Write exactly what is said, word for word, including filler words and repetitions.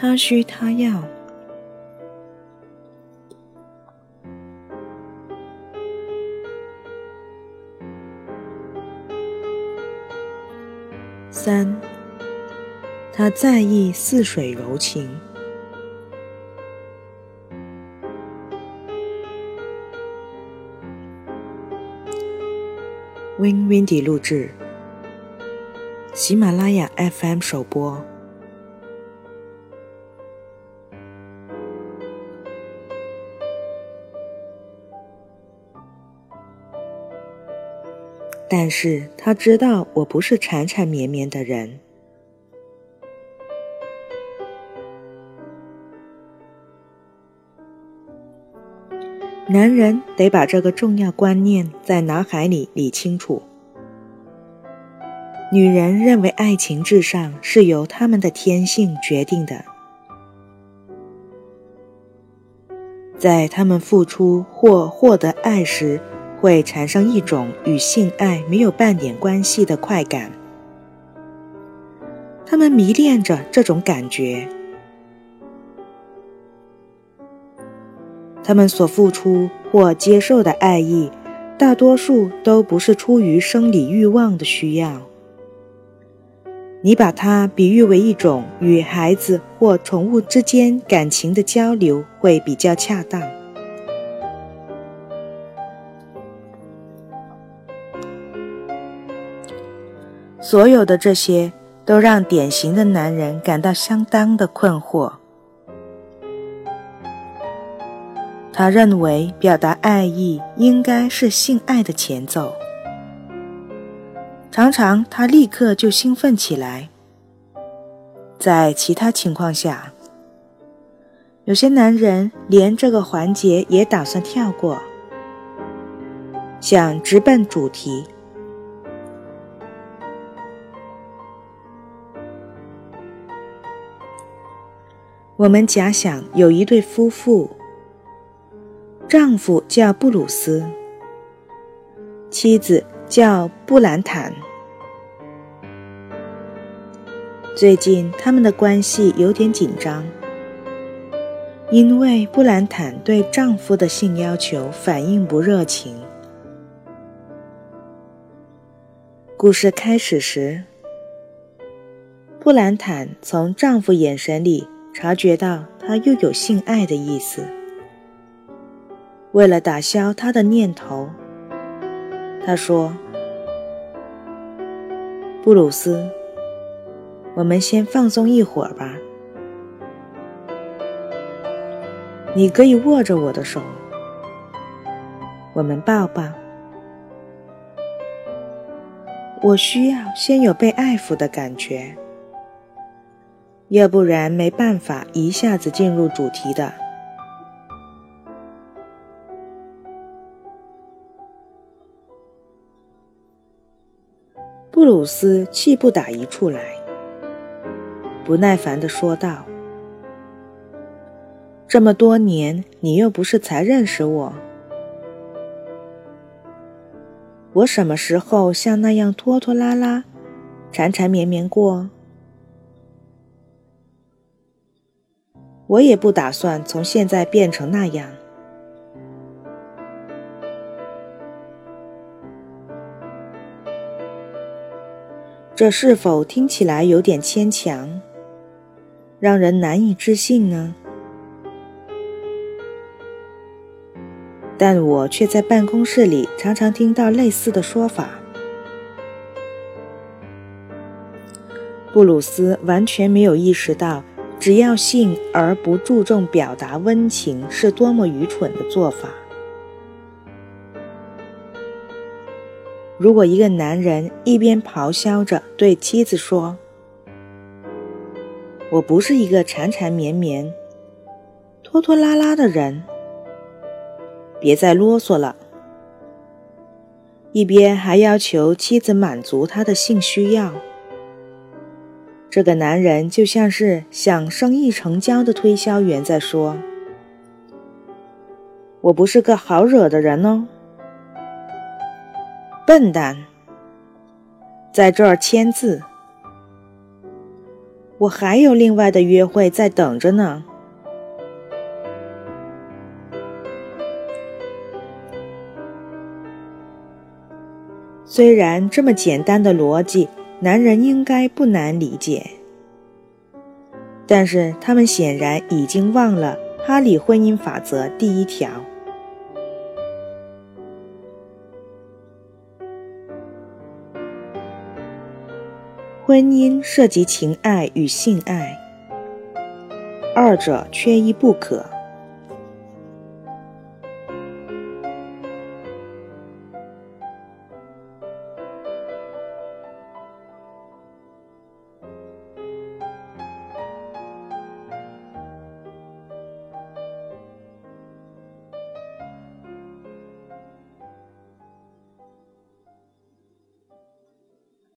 他需他要。三，他在意似水柔情。Win Windy 录制，喜马拉雅 F M 首播。但是他知道我不是缠缠绵绵的人。男人得把这个重要观念在脑海里理清楚。女人认为爱情至上是由她们的天性决定的，在她们付出或获得爱时，会产生一种与性爱没有半点关系的快感。她们迷恋着这种感觉。他们所付出或接受的爱意，大多数都不是出于生理欲望的需要。你把它比喻为一种与孩子或宠物之间感情的交流，会比较恰当。所有的这些都让典型的男人感到相当的困惑。他认为表达爱意应该是性爱的前奏，常常他立刻就兴奋起来。在其他情况下，有些男人连这个环节也打算跳过，想直奔主题。我们假想有一对夫妇，丈夫叫布鲁斯，妻子叫布兰坦。最近他们的关系有点紧张，因为布兰坦对丈夫的性要求反应不热情。故事开始时，布兰坦从丈夫眼神里察觉到他又有性爱的意思。为了打消他的念头，他说：布鲁斯，我们先放松一会儿吧。你可以握着我的手，我们抱抱。我需要先有被爱抚的感觉，要不然没办法一下子进入主题的。布鲁斯气不打一处来，不耐烦地说道：这么多年，你又不是才认识我，我什么时候像那样拖拖拉拉、缠缠绵绵过？我也不打算从现在变成那样。这是否听起来有点牵强，让人难以置信呢？但我却在办公室里常常听到类似的说法。布鲁斯完全没有意识到，只要性而不注重表达温情是多么愚蠢的做法。如果一个男人一边咆哮着对妻子说：我不是一个缠缠绵绵、拖拖拉拉的人，别再啰嗦了，一边还要求妻子满足他的性需要，这个男人就像是想生意成交的推销员在说：我不是个好惹的人哦。笨蛋，在这儿签字。 我还有另外的约会在等着呢。虽然这么简单的逻辑，男人应该不难理解，但是他们显然已经忘了哈里婚姻法则第一条。婚姻涉及情爱与性爱，二者缺一不可。